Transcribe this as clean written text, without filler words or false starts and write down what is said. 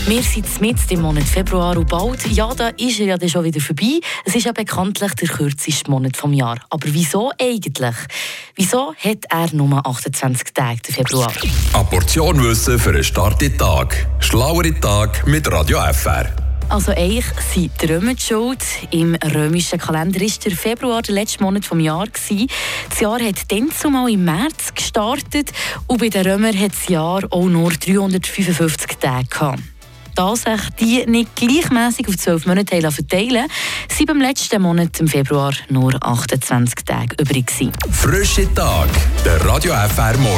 Wir sind mitten im Monat Februar und bald, da ist er ja dann schon wieder vorbei. Es ist ja bekanntlich der kürzeste Monat des Jahres. Aber wieso eigentlich? Wieso hat er nur 28 Tage, der Februar? Eine Portion Wissen für einen starken Tag. Schlauere Tag mit Radio FR. Also eigentlich sind die Römer schuld. Im römischen Kalender war der Februar der letzte Monat des Jahres. Das Jahr hat dann zumal im März gestartet und bei den Römern hat das Jahr auch nur 355 Tage gehabt. Da sich die nicht gleichmässig auf 12 Monate verteilen, sind beim letzten Monat im Februar nur 28 Tage übrig gewesen. Frische Tag, der Radio FR Morgen.